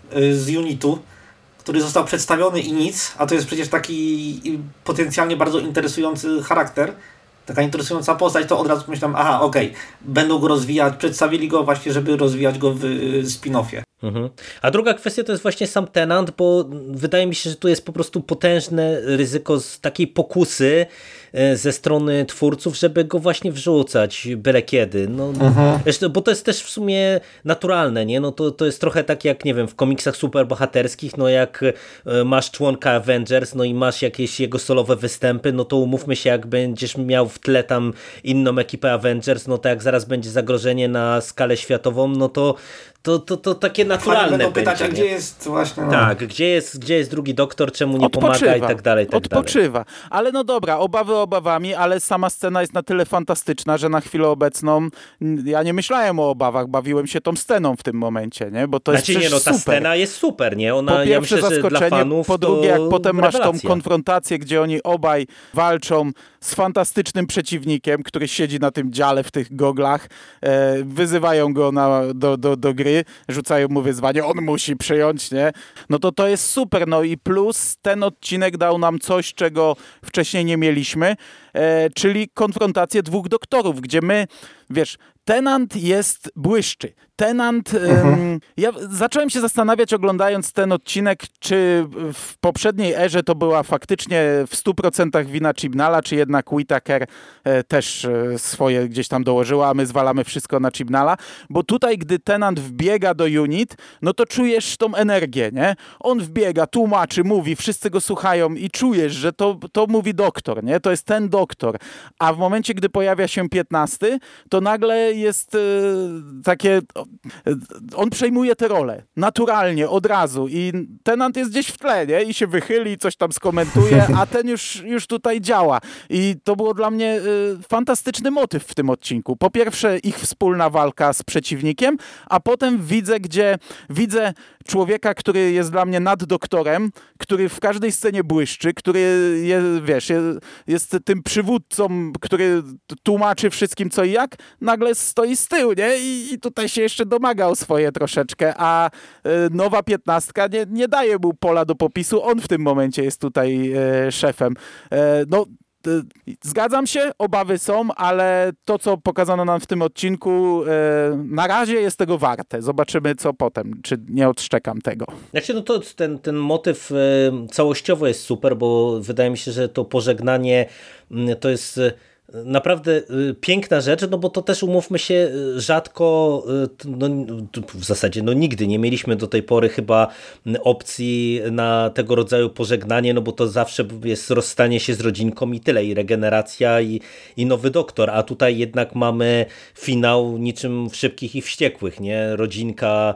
Speaker 3: z unitu, który został przedstawiony i nic, a to jest przecież taki potencjalnie bardzo interesujący charakter, taka interesująca postać, to od razu myślałem, będą go rozwijać, przedstawili go właśnie, żeby rozwijać go w spin-offie.
Speaker 1: A druga kwestia to jest właśnie sam Tennant, bo wydaje mi się, że tu jest po prostu potężne ryzyko z takiej pokusy ze strony twórców, żeby go właśnie wrzucać byle kiedy. Bo to jest też w sumie naturalne, nie? No to jest trochę tak jak, nie wiem, w komiksach superbohaterskich, no jak masz członka Avengers, no i masz jakieś jego solowe występy, no to umówmy się, jak będziesz miał w tle tam inną ekipę Avengers, no to jak zaraz będzie zagrożenie na skalę światową, no to takie naturalne
Speaker 3: będą pytać,
Speaker 1: będzie,
Speaker 3: a gdzie jest właśnie...
Speaker 1: Tak, gdzie jest drugi doktor, czemu nie pomaga i tak dalej.
Speaker 2: Odpoczywa. Ale no dobra, obawy obawami, ale sama scena jest na tyle fantastyczna, że na chwilę obecną ja nie myślałem o obawach, bawiłem się tą sceną w tym momencie, nie? Bo to jest
Speaker 1: ta
Speaker 2: super.
Speaker 1: scena jest super, nie?
Speaker 2: Po pierwsze
Speaker 1: ja myślę,
Speaker 2: zaskoczenie,
Speaker 1: że dla fanów
Speaker 2: po drugie jak potem masz tą
Speaker 1: rewelacja.
Speaker 2: konfrontację, gdzie oni obaj walczą z fantastycznym przeciwnikiem, który siedzi na tym dziale w tych goglach, wyzywają go do gry, rzucają mu wyzwanie, on musi przyjąć, nie? No to jest super, no i plus ten odcinek dał nam coś, czego wcześniej nie mieliśmy, czyli konfrontację dwóch doktorów, gdzie my, wiesz, Tennant błyszczy. Tennant, ja zacząłem się zastanawiać, oglądając ten odcinek, czy w poprzedniej erze to była faktycznie w 100% wina Chibnalla, czy jednak Whittaker też swoje gdzieś tam dołożyła, a my zwalamy wszystko na Chibnalla, bo tutaj, gdy Tennant wbiega do unit, no to czujesz tą energię, nie? On wbiega, tłumaczy, mówi, wszyscy go słuchają i czujesz, że to mówi doktor, nie? To jest ten doktor. A w momencie, gdy pojawia się 15, to nagle jest takie... On przejmuje tę rolę naturalnie, od razu i Tennant jest gdzieś w tle, nie? I się wychyli, coś tam skomentuje, a ten już tutaj działa. I to było dla mnie fantastyczny motyw w tym odcinku. Po pierwsze ich wspólna walka z przeciwnikiem, a potem widzę człowieka, który jest dla mnie nad doktorem, który w każdej scenie błyszczy, który jest tym przywódcą, który tłumaczy wszystkim co i jak, nagle stoi z tyłu, nie? I tutaj się jeszcze domaga o swoje troszeczkę, a nowa 15 nie daje mu pola do popisu, on w tym momencie jest tutaj szefem. Zgadzam się, obawy są, ale to, co pokazano nam w tym odcinku, na razie jest tego warte. Zobaczymy, co potem, czy nie odszczekam tego.
Speaker 1: Znaczy, no to ten motyw całościowo jest super, bo wydaje mi się, że to pożegnanie to jest naprawdę piękna rzecz, no bo to też umówmy się rzadko, no, w zasadzie no nigdy nie mieliśmy do tej pory chyba opcji na tego rodzaju pożegnanie, no bo to zawsze jest rozstanie się z rodzinką i tyle, i regeneracja i nowy doktor, a tutaj jednak mamy finał niczym w Szybkich i Wściekłych, nie? Rodzinka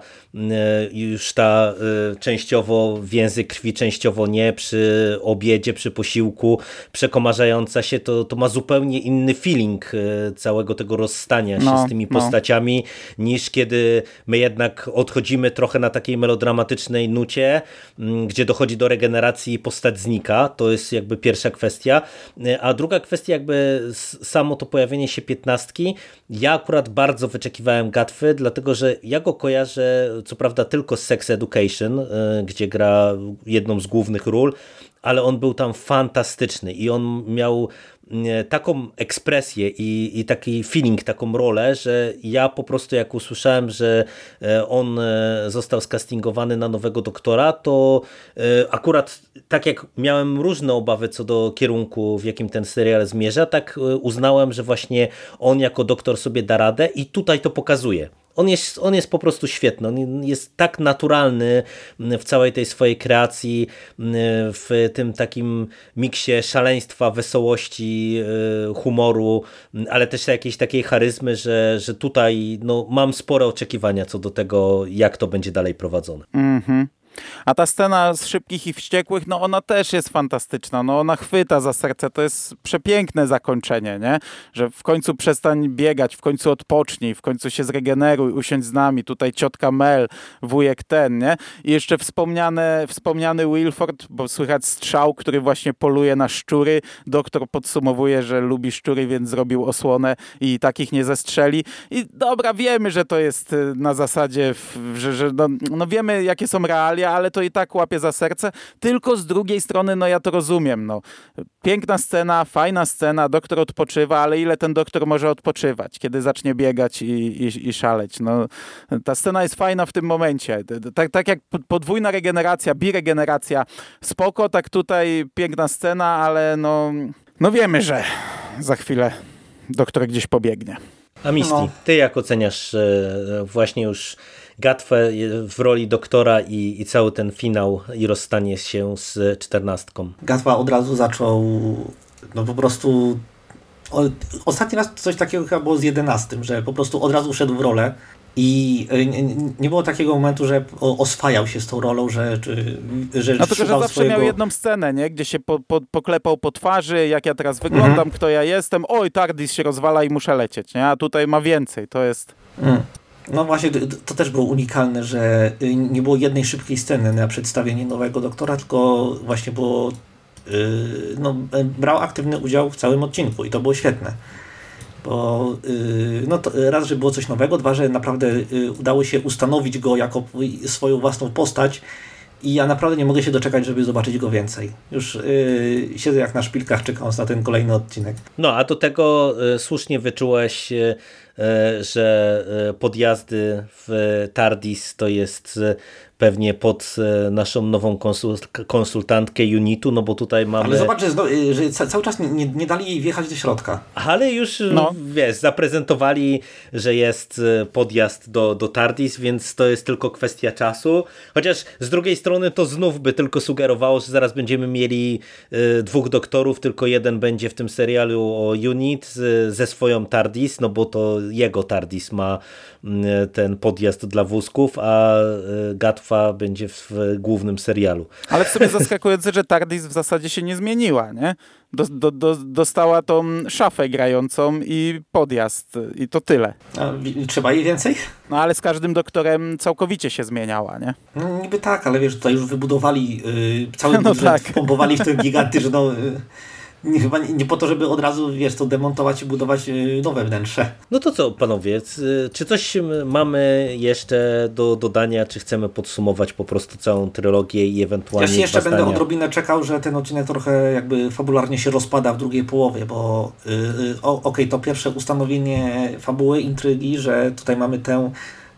Speaker 1: już ta częściowo więzy krwi, częściowo nie, przy obiedzie, przy posiłku, przekomarzająca się, to ma zupełnie inny feeling całego tego rozstania się z tymi postaciami, niż kiedy my jednak odchodzimy trochę na takiej melodramatycznej nucie, gdzie dochodzi do regeneracji i postać znika. To jest jakby pierwsza kwestia. A druga kwestia jakby samo to pojawienie się 15. Ja akurat bardzo wyczekiwałem Gatwy, dlatego że ja go kojarzę co prawda tylko z Sex Education, gdzie gra jedną z głównych ról, ale on był tam fantastyczny i on miał taką ekspresję i taki feeling, taką rolę, że ja po prostu jak usłyszałem, że on został skastingowany na nowego doktora, to akurat tak jak miałem różne obawy co do kierunku, w jakim ten serial zmierza, tak uznałem, że właśnie on jako doktor sobie da radę i tutaj to pokazuje. On jest po prostu świetny, on jest tak naturalny w całej tej swojej kreacji, w tym takim miksie szaleństwa, wesołości, humoru, ale też jakiejś takiej charyzmy, że tutaj no, mam spore oczekiwania co do tego, jak to będzie dalej prowadzone.
Speaker 2: A ta scena z Szybkich i Wściekłych, no ona też jest fantastyczna, no ona chwyta za serce, to jest przepiękne zakończenie, nie? Że w końcu przestań biegać, w końcu odpocznij, w końcu się zregeneruj, usiądź z nami, tutaj ciotka Mel, wujek ten, nie? I jeszcze wspomniany Wilford, bo słychać strzał, który właśnie poluje na szczury, doktor podsumowuje, że lubi szczury, więc zrobił osłonę i takich nie zestrzeli i dobra, wiemy, że to jest na zasadzie, że no wiemy, jakie są realia, ale to i tak łapie za serce, tylko z drugiej strony, no ja to rozumiem, no. Piękna scena, fajna scena, doktor odpoczywa, ale ile ten doktor może odpoczywać, kiedy zacznie biegać i szaleć, no. Ta scena jest fajna w tym momencie, tak jak podwójna regeneracja, biregeneracja, spoko, tak tutaj piękna scena, ale no wiemy, że za chwilę doktor gdzieś pobiegnie.
Speaker 1: A Misty, ty jak oceniasz właśnie już Gatwę w roli doktora i cały ten finał i rozstanie się z 14?
Speaker 3: Gatwa od razu zaczął, no po prostu ostatni raz coś takiego chyba było z 11, że po prostu od razu wszedł w rolę i nie było takiego momentu, że oswajał się z tą rolą, że
Speaker 2: no tylko, że zawsze miał jedną scenę, nie? Gdzie się poklepał po twarzy, jak ja teraz wyglądam, kto ja jestem, oj, TARDIS się rozwala i muszę lecieć, nie? A tutaj ma więcej, to jest...
Speaker 3: No właśnie, to też było unikalne, że nie było jednej szybkiej sceny na przedstawienie nowego doktora, tylko właśnie było, brał aktywny udział w całym odcinku i to było świetne. Bo no to raz, że było coś nowego, dwa, że naprawdę udało się ustanowić go jako swoją własną postać i ja naprawdę nie mogę się doczekać, żeby zobaczyć go więcej. Już siedzę jak na szpilkach, czekając na ten kolejny odcinek.
Speaker 1: No, a do tego słusznie wyczułeś, że podjazdy w TARDIS to jest pewnie pod naszą nową konsultantkę Unitu, no bo tutaj mamy...
Speaker 3: Ale zobacz, że cały czas nie dali jej wjechać do środka.
Speaker 1: Ale już, wiesz, zaprezentowali, że jest podjazd do TARDIS, więc to jest tylko kwestia czasu. Chociaż z drugiej strony to znów by tylko sugerowało, że zaraz będziemy mieli dwóch doktorów, tylko jeden będzie w tym serialu o Unit ze swoją TARDIS, no bo to jego TARDIS ma ten podjazd dla wózków, a Gatwa będzie w głównym serialu.
Speaker 2: Ale w sumie zaskakujące, że TARDIS w zasadzie się nie zmieniła, nie? Dostała tą szafę grającą i podjazd i to tyle.
Speaker 3: A trzeba jej więcej?
Speaker 2: No ale z każdym doktorem całkowicie się zmieniała, nie?
Speaker 3: No, niby tak, ale wiesz, tutaj już wybudowali cały budżet, wpompowali w ten giganty, że chyba nie po to, żeby od razu, wiesz, to demontować i budować nowe wnętrze.
Speaker 1: No to co, panowie, czy coś mamy jeszcze do dodania, czy chcemy podsumować po prostu całą trylogię i ewentualnie...
Speaker 3: Ja się jeszcze będę odrobinę czekał, że ten odcinek trochę jakby fabularnie się rozpada w drugiej połowie, bo okej, to pierwsze ustanowienie fabuły, intrygi, że tutaj mamy tę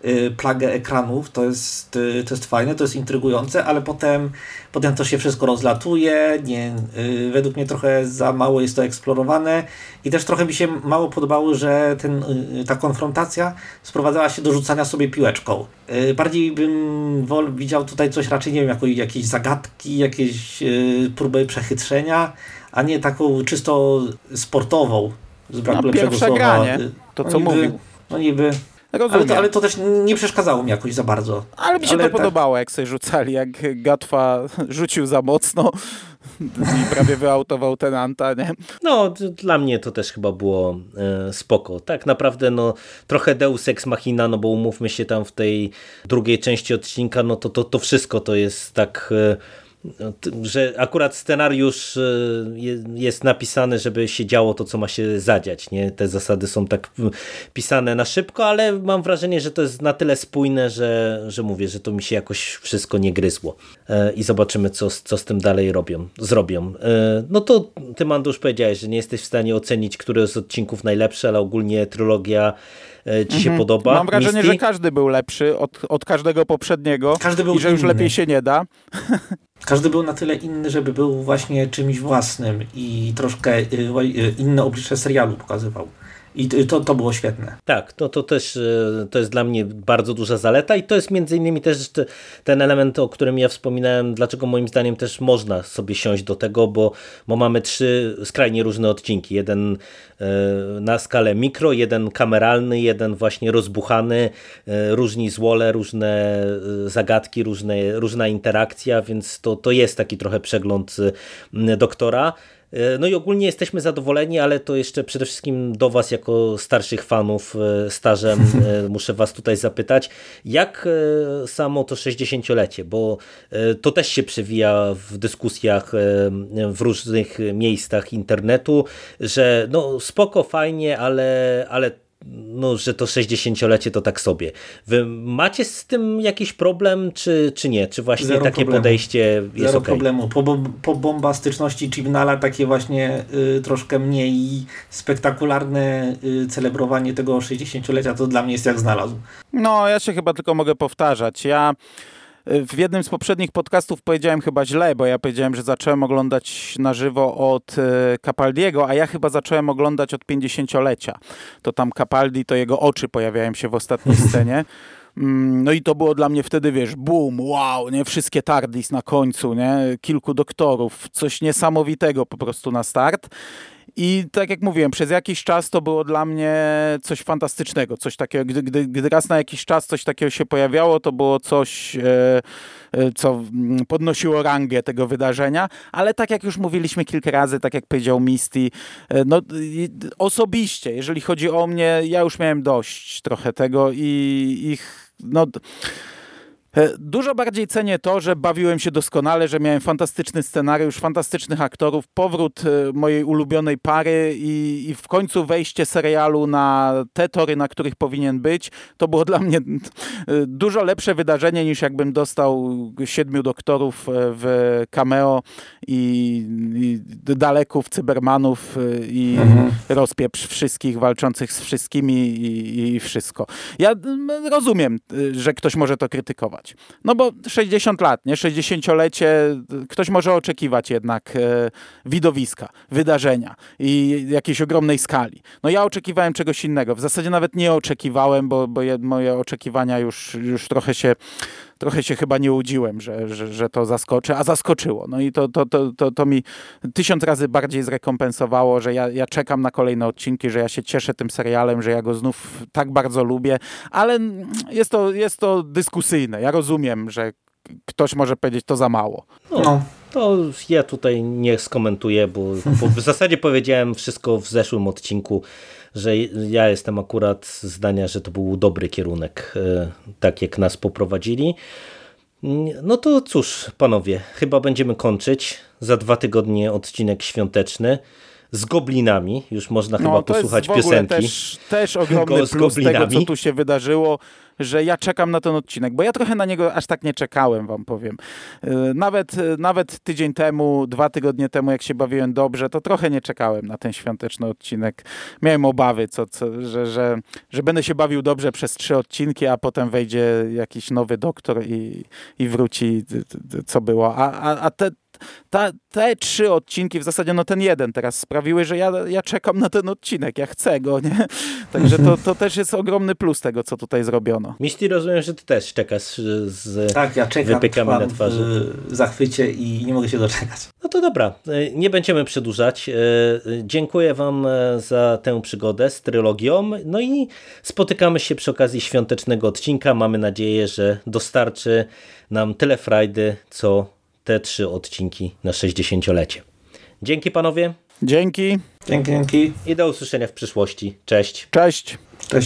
Speaker 3: plagę ekranów, to jest fajne, to jest intrygujące, ale potem to się wszystko rozlatuje, według mnie trochę za mało jest to eksplorowane i też trochę mi się mało podobało, że ta konfrontacja sprowadzała się do rzucania sobie piłeczką. Bardziej bym widział tutaj coś raczej, nie wiem, jakieś zagadki, jakieś próby przechytrzenia, a nie taką czysto sportową, z braku lepszego słowa.
Speaker 2: Granie, to co mówił.
Speaker 3: No niby... Ale to też nie przeszkadzało mi jakoś za bardzo.
Speaker 2: Ale mi się to podobało, jak sobie rzucali, jak Gatwa rzucił za mocno i prawie wyautował tenanta, nie?
Speaker 1: No, dla mnie to też chyba było spoko. Tak naprawdę, no, trochę Deus Ex Machina, no bo umówmy się, tam w tej drugiej części odcinka, no to wszystko to jest tak... że akurat scenariusz jest napisany, żeby się działo to, co ma się zadziać. Nie? Te zasady są tak pisane na szybko, ale mam wrażenie, że to jest na tyle spójne, że mówię, że to mi się jakoś wszystko nie gryzło. I zobaczymy, co z tym dalej zrobią. No to ty, Mandusz, powiedziałeś, że nie jesteś w stanie ocenić, który z odcinków najlepszy, ale ogólnie trylogia ci się podoba.
Speaker 2: Mam wrażenie, że każdy był lepszy od każdego poprzedniego i że już
Speaker 3: inny.
Speaker 2: Lepiej się nie da.
Speaker 3: Każdy był na tyle inny, żeby był właśnie czymś własnym i troszkę inne oblicze serialu pokazywał. I to było świetne.
Speaker 1: Tak, to też to jest dla mnie bardzo duża zaleta i to jest między innymi też ten element, o którym ja wspominałem, dlaczego moim zdaniem też można sobie siąść do tego, bo mamy 3 skrajnie różne odcinki. Jeden na skalę mikro, jeden kameralny, jeden właśnie rozbuchany, różni złole, różne zagadki, różna interakcja, więc to jest taki trochę przegląd doktora. No i ogólnie jesteśmy zadowoleni, ale to jeszcze przede wszystkim do was jako starszych fanów stażem muszę was tutaj zapytać, jak samo to 60-lecie, bo to też się przewija w dyskusjach w różnych miejscach internetu, że no spoko, fajnie, ale no, że to 60-lecie to tak sobie. Wy macie z tym jakiś problem, czy nie? Czy właśnie
Speaker 3: Zero
Speaker 1: takie
Speaker 3: problemu.
Speaker 1: podejście jest
Speaker 3: Zero
Speaker 1: okej?
Speaker 3: problemu. Po bombastyczności Chibnalla takie właśnie troszkę mniej spektakularne celebrowanie tego 60-lecia to dla mnie jest jak znalazł.
Speaker 2: No, ja się chyba tylko mogę powtarzać. Ja w jednym z poprzednich podcastów powiedziałem chyba źle, bo ja powiedziałem, że zacząłem oglądać na żywo od Capaldiego, a ja chyba zacząłem oglądać od 50-lecia. To tam Capaldi, to jego oczy pojawiają się w ostatniej scenie. No i to było dla mnie wtedy, wiesz, boom, wow, nie? Wszystkie TARDIS na końcu, nie? Kilku doktorów, coś niesamowitego po prostu na start. I tak jak mówiłem, przez jakiś czas to było dla mnie coś fantastycznego, coś takiego, gdy raz na jakiś czas coś takiego się pojawiało, to było coś, co podnosiło rangę tego wydarzenia, ale tak jak już mówiliśmy kilka razy, tak jak powiedział Misty, no osobiście, jeżeli chodzi o mnie, ja już miałem dość trochę tego i no... Dużo bardziej cenię to, że bawiłem się doskonale, że miałem fantastyczny scenariusz, fantastycznych aktorów, powrót mojej ulubionej pary i w końcu wejście serialu na te tory, na których powinien być. To było dla mnie dużo lepsze wydarzenie niż jakbym dostał 7 doktorów w cameo i Daleków, Cybermanów i rozpieprz wszystkich walczących z wszystkimi i wszystko. Ja rozumiem, że ktoś może to krytykować. No bo 60 lat, nie? 60-lecie, ktoś może oczekiwać jednak widowiska, wydarzenia i jakiejś ogromnej skali. No ja oczekiwałem czegoś innego. W zasadzie nawet nie oczekiwałem, bo moje oczekiwania już trochę się chyba nie łudziłem, że to zaskoczy, a zaskoczyło. No i to mi 1000 razy bardziej zrekompensowało, że ja czekam na kolejne odcinki, że ja się cieszę tym serialem, że ja go znów tak bardzo lubię, ale jest to dyskusyjne. Ja rozumiem, że ktoś może powiedzieć, to za mało.
Speaker 1: No. To ja tutaj nie skomentuję, bo w zasadzie powiedziałem wszystko w zeszłym odcinku, że ja jestem akurat zdania, że to był dobry kierunek, tak jak nas poprowadzili. No to cóż, panowie, chyba będziemy kończyć. Za 2 tygodnie odcinek świąteczny z goblinami. Już można chyba posłuchać piosenki.
Speaker 2: Też ogromny plus tego, co tu się wydarzyło, że ja czekam na ten odcinek, bo ja trochę na niego aż tak nie czekałem, wam powiem. Nawet tydzień temu, 2 tygodnie temu, jak się bawiłem dobrze, to trochę nie czekałem na ten świąteczny odcinek. Miałem obawy, że będę się bawił dobrze przez 3 odcinki, a potem wejdzie jakiś nowy doktor i wróci, co było. A te 3 odcinki, w zasadzie ten jeden teraz sprawiły, że ja czekam na ten odcinek, ja chcę go, nie? Także to też jest ogromny plus tego, co tutaj zrobiono.
Speaker 1: Misty, rozumiem, że ty też czekasz z
Speaker 3: Tak, ja czekam,
Speaker 1: wypiekami na twarzy.
Speaker 3: w zachwycie i nie mogę się doczekać.
Speaker 1: No to dobra, nie będziemy przedłużać. Dziękuję wam za tę przygodę z trylogią, no i spotykamy się przy okazji świątecznego odcinka. Mamy nadzieję, że dostarczy nam tyle frajdy, co te 3 odcinki na 60-lecie. Dzięki panowie.
Speaker 2: Dzięki.
Speaker 3: Dzięki.
Speaker 1: I do usłyszenia w przyszłości. Cześć.
Speaker 2: Cześć.
Speaker 3: Cześć.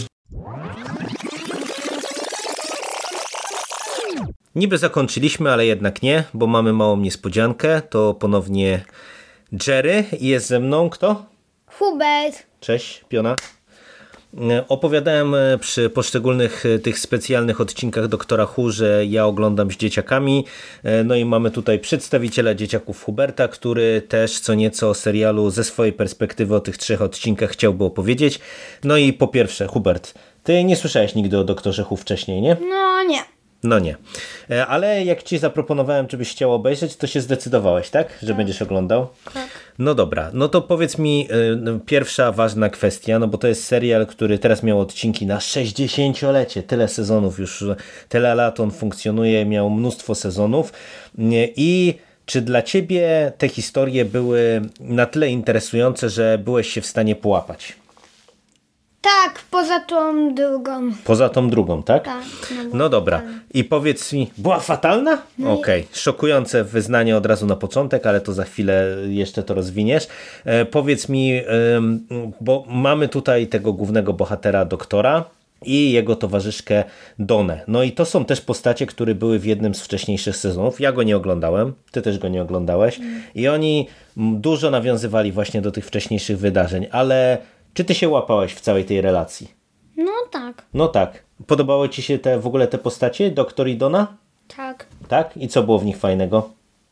Speaker 1: Niby zakończyliśmy, ale jednak nie, bo mamy małą niespodziankę. To ponownie Jerry i jest ze mną kto?
Speaker 4: Hubert.
Speaker 1: Cześć, Piona. Opowiadałem przy poszczególnych tych specjalnych odcinkach Doktora Who, że ja oglądam z dzieciakami. No i mamy tutaj przedstawiciela dzieciaków Huberta, który też co nieco o serialu ze swojej perspektywy o tych 3 odcinkach chciałby opowiedzieć. No i po pierwsze, Hubert, ty nie słyszałeś nigdy o Doktorze Who wcześniej, nie?
Speaker 4: No nie.
Speaker 1: No nie. Ale jak ci zaproponowałem, żebyś chciał obejrzeć, to się zdecydowałeś, tak? Że będziesz oglądał?
Speaker 4: Tak.
Speaker 1: No dobra, no to powiedz mi pierwsza ważna kwestia, no bo to jest serial, który teraz miał odcinki na 60-lecie, tyle sezonów już, tyle lat on funkcjonuje, miał mnóstwo sezonów i czy dla ciebie te historie były na tyle interesujące, że byłeś się w stanie połapać?
Speaker 4: Tak, poza tą drugą.
Speaker 1: Poza tą drugą, tak?
Speaker 4: Tak.
Speaker 1: No dobra. I powiedz mi, była fatalna? Okej. Szokujące wyznanie od razu na początek, ale to za chwilę jeszcze to rozwiniesz. Powiedz mi, bo mamy tutaj tego głównego bohatera, doktora i jego towarzyszkę Donę. No i to są też postacie, które były w jednym z wcześniejszych sezonów. Ja go nie oglądałem, ty też go nie oglądałeś. I oni dużo nawiązywali właśnie do tych wcześniejszych wydarzeń, ale czy ty się łapałeś w całej tej relacji?
Speaker 4: No tak.
Speaker 1: No tak. Podobały ci się w ogóle te postacie, doktor i Donna?
Speaker 4: Tak.
Speaker 1: Tak? I co było w nich fajnego?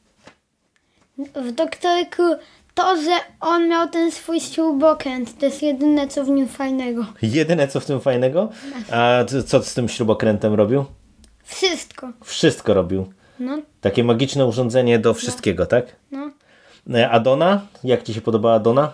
Speaker 4: W doktorku to, że on miał ten swój śrubokręt, to jest jedyne co w nim fajnego.
Speaker 1: Jedyne co w tym fajnego? A co z tym śrubokrętem robił?
Speaker 4: Wszystko.
Speaker 1: Wszystko robił.
Speaker 4: No.
Speaker 1: Takie magiczne urządzenie do wszystkiego, tak?
Speaker 4: No.
Speaker 1: A Donna? Jak ci się podobała Donna?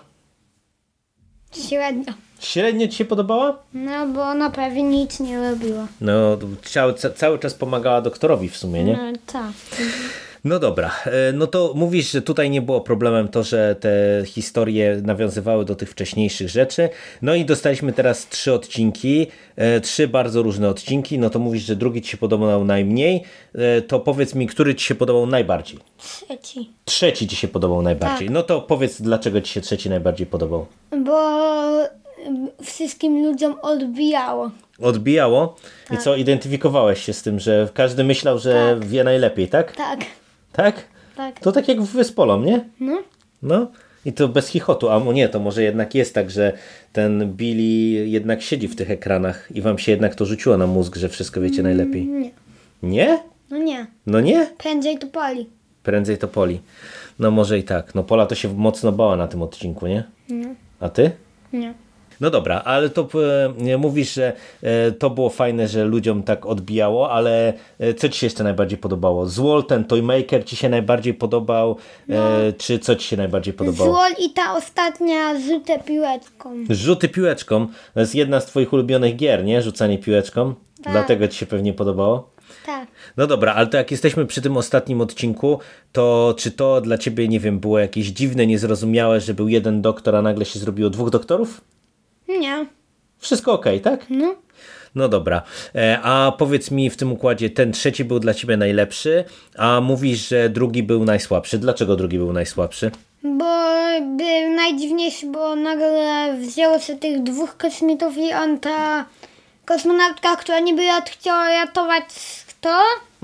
Speaker 4: Średnio.
Speaker 1: Średnio ci się podobała?
Speaker 4: No bo ona prawie nic nie robiła.
Speaker 1: No, cały czas pomagała doktorowi w sumie, nie?
Speaker 4: No tak.
Speaker 1: No dobra, no to mówisz, że tutaj nie było problemem to, że te historie nawiązywały do tych wcześniejszych rzeczy. No i dostaliśmy teraz 3 odcinki, 3 bardzo różne odcinki. No to mówisz, że drugi ci się podobał najmniej. To powiedz mi, który ci się podobał najbardziej?
Speaker 4: Trzeci.
Speaker 1: Trzeci ci się podobał najbardziej.
Speaker 4: Tak.
Speaker 1: No to powiedz, dlaczego ci się trzeci najbardziej podobał?
Speaker 4: Bo wszystkim ludziom odbijało.
Speaker 1: Odbijało? I co, identyfikowałeś się z tym, że każdy myślał, że wie najlepiej, tak?
Speaker 4: Tak.
Speaker 1: Tak?
Speaker 4: Tak.
Speaker 1: To tak jak w Wyspolom, nie?
Speaker 4: No.
Speaker 1: No. I to bez chichotu. A nie, to może jednak jest tak, że ten Billy jednak siedzi w tych ekranach i wam się jednak to rzuciło na mózg, że wszystko wiecie najlepiej.
Speaker 4: Nie.
Speaker 1: Nie?
Speaker 4: No nie.
Speaker 1: No nie?
Speaker 4: Prędzej to pali.
Speaker 1: Prędzej to Poli. No może i tak. No Pola to się mocno bała na tym odcinku, nie?
Speaker 4: Nie.
Speaker 1: A ty?
Speaker 4: Nie.
Speaker 1: No dobra, ale to mówisz, że to było fajne, że ludziom tak odbijało, ale co ci się jeszcze najbardziej podobało? Złol, ten Toymaker ci się najbardziej podobał? Czy co ci się najbardziej podobało?
Speaker 4: Złol i ta ostatnia rzutę piłeczką.
Speaker 1: Rzuty piłeczką. To jest jedna z twoich ulubionych gier, nie? Rzucanie piłeczką.
Speaker 4: Tak.
Speaker 1: Dlatego ci się pewnie podobało.
Speaker 4: Tak.
Speaker 1: No dobra, ale to jak jesteśmy przy tym ostatnim odcinku, to czy to dla ciebie, nie wiem, było jakieś dziwne, niezrozumiałe, że był jeden doktor, a nagle się zrobiło 2 doktorów?
Speaker 4: Nie.
Speaker 1: Wszystko okej, tak?
Speaker 4: No.
Speaker 1: No dobra, a powiedz mi w tym układzie, ten trzeci był dla ciebie najlepszy, a mówisz, że drugi był najsłabszy. Dlaczego drugi był najsłabszy?
Speaker 4: Bo był najdziwniejszy, bo nagle wzięło się tych 2 kosmitów i on ta kosmonautka, która niby chciała ratować to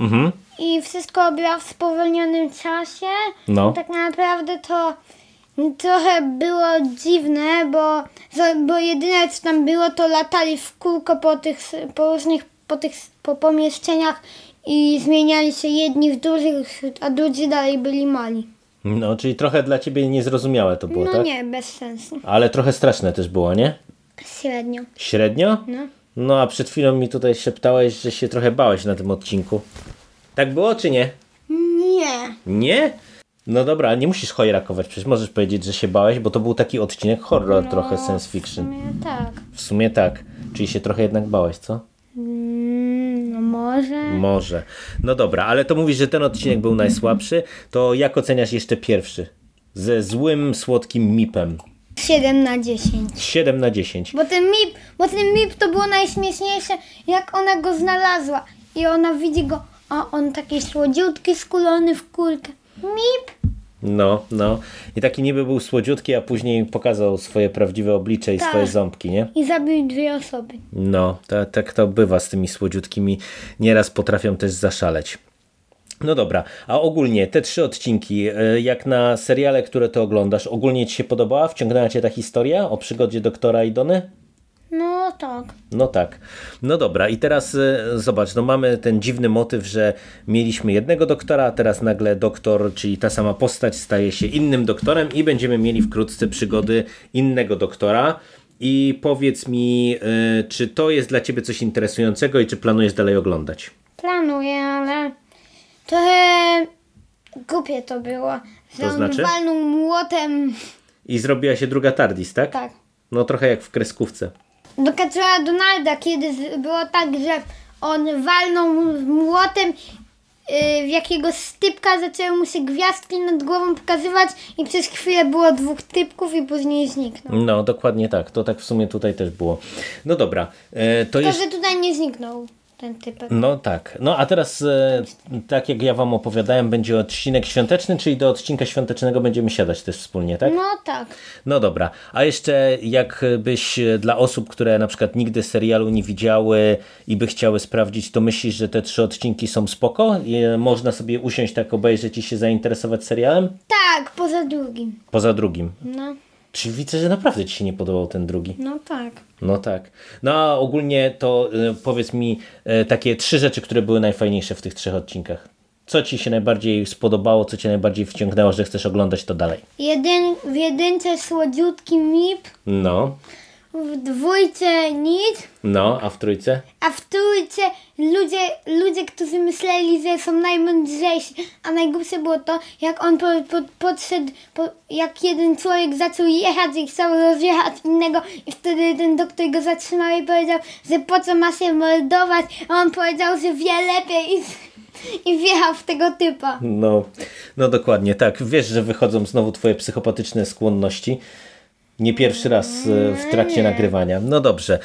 Speaker 4: i wszystko robiła w spowolnionym czasie.
Speaker 1: No.
Speaker 4: Tak naprawdę to trochę było dziwne, bo jedyne co tam było, to latali w kółko po różnych po pomieszczeniach i zmieniali się jedni w dużych, a drudzy dalej byli mali.
Speaker 1: No, czyli trochę dla ciebie niezrozumiałe to było,
Speaker 4: No
Speaker 1: tak?
Speaker 4: nie, bez sensu.
Speaker 1: Ale trochę straszne też było, nie?
Speaker 4: Średnio.
Speaker 1: Średnio?
Speaker 4: No.
Speaker 1: No, a przed chwilą mi tutaj szeptałeś, że się trochę bałeś na tym odcinku. Tak było, czy nie?
Speaker 4: Nie.
Speaker 1: Nie? No dobra, nie musisz chojrakować, przecież możesz powiedzieć, że się bałeś, bo to był taki odcinek horror, trochę science
Speaker 4: W
Speaker 1: fiction.
Speaker 4: sumie tak.
Speaker 1: W sumie tak, czyli się trochę jednak bałeś, co?
Speaker 4: No może.
Speaker 1: Może. No dobra, ale to mówisz, że ten odcinek był najsłabszy, to jak oceniasz jeszcze pierwszy? Ze złym, słodkim mipem.
Speaker 4: 7 na 10.
Speaker 1: 7 na 10.
Speaker 4: Bo ten mip to było najśmieszniejsze, jak ona go znalazła. I ona widzi go, a on taki słodziutki, skulony w kulkę. Mip!
Speaker 1: No. I taki niby był słodziutki, a później pokazał swoje prawdziwe oblicze i
Speaker 4: Tak.
Speaker 1: swoje ząbki, nie?
Speaker 4: I zabił 2 osoby.
Speaker 1: No, tak to bywa z tymi słodziutkimi. Nieraz potrafią też zaszaleć. No dobra, a ogólnie te 3 odcinki, jak na seriale, które ty oglądasz, ogólnie ci się podobała? Wciągnęła cię ta historia o przygodzie doktora i Dony?
Speaker 4: No tak.
Speaker 1: No tak. No dobra, i teraz zobacz, no mamy ten dziwny motyw, że mieliśmy jednego doktora, a teraz nagle doktor, czyli ta sama postać, staje się innym doktorem i będziemy mieli wkrótce przygody innego doktora. I powiedz mi, czy to jest dla ciebie coś interesującego i czy planujesz dalej oglądać?
Speaker 4: Planuję, ale trochę głupie to było. Że
Speaker 1: To znaczy?
Speaker 4: on walnął młotem.
Speaker 1: I zrobiła się druga TARDIS, tak?
Speaker 4: Tak.
Speaker 1: No trochę jak w kreskówce.
Speaker 4: Do kaczora Donalda, kiedy było tak, że on walnął młotem w jakiegoś typka, zaczęły mu się gwiazdki nad głową pokazywać i przez chwilę było 2 typków i później zniknął.
Speaker 1: No dokładnie tak, to tak w sumie tutaj też było. No dobra, to
Speaker 4: To,
Speaker 1: jest...
Speaker 4: że tutaj nie zniknął ten typek.
Speaker 1: No tak. No a teraz, tak jak ja wam opowiadałem, będzie odcinek świąteczny, czyli do odcinka świątecznego będziemy siadać też wspólnie, tak?
Speaker 4: No tak.
Speaker 1: No dobra. A jeszcze jakbyś dla osób, które na przykład nigdy serialu nie widziały i by chciały sprawdzić, to myślisz, że te 3 odcinki są spoko? Można sobie usiąść tak, obejrzeć i się zainteresować serialem?
Speaker 4: Tak, poza drugim.
Speaker 1: Poza drugim.
Speaker 4: No,
Speaker 1: Czyli widzę, że naprawdę ci się nie podobał ten drugi.
Speaker 4: no tak.
Speaker 1: No tak. No a ogólnie to powiedz mi takie 3 rzeczy, które były najfajniejsze w tych 3 odcinkach. Co ci się najbardziej spodobało, co cię najbardziej wciągnęło, że chcesz oglądać to dalej?
Speaker 4: W jedynce słodziutki mip,
Speaker 1: No,
Speaker 4: w 2 nic,
Speaker 1: no, a w trójce?
Speaker 4: a w 3 ludzie, którzy myśleli, że są najmądrzejsi. A najgorsze było to, jak on podszedł, jak jeden człowiek zaczął jechać i chciał rozjechać innego i wtedy ten doktor go zatrzymał i powiedział, że po co ma się mordować, a on powiedział, że wie lepiej i wjechał w tego typa.
Speaker 1: No dokładnie, tak. Wiesz, że wychodzą znowu twoje psychopatyczne skłonności. Nie pierwszy raz w trakcie nagrywania. No dobrze.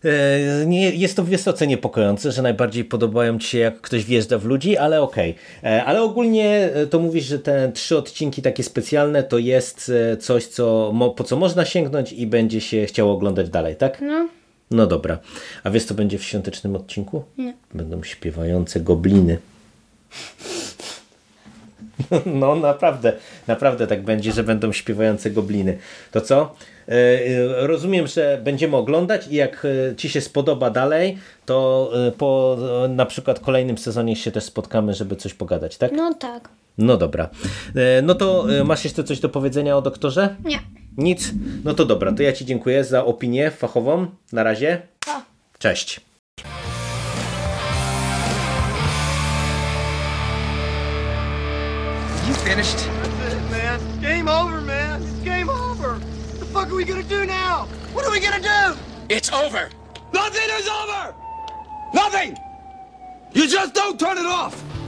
Speaker 1: Jest to wysoce niepokojące, że najbardziej podobają ci się, jak ktoś wjeżdża w ludzi, ale okej. Ale ogólnie to mówisz, że te 3 odcinki takie specjalne to jest coś, po co można sięgnąć i będzie się chciało oglądać dalej, tak?
Speaker 4: No.
Speaker 1: No dobra. A wiesz, co będzie w świątecznym odcinku?
Speaker 4: Nie.
Speaker 1: Będą śpiewające gobliny. No naprawdę tak będzie, że będą śpiewające gobliny. To co? Rozumiem, że będziemy oglądać i jak ci się spodoba dalej, to po na przykład kolejnym sezonie się też spotkamy, żeby coś pogadać, tak?
Speaker 4: No tak.
Speaker 1: No dobra. No to masz jeszcze coś do powiedzenia o doktorze?
Speaker 4: Nie.
Speaker 1: Nic? No to dobra, to ja ci dziękuję za opinię fachową. Na razie.
Speaker 4: Pa.
Speaker 1: Cześć.
Speaker 5: You finished? That's it, man. Game over, man. It's game over. What the fuck are we gonna do now? What are we gonna do?
Speaker 6: It's over.
Speaker 5: Nothing is over! Nothing! You just don't turn it off!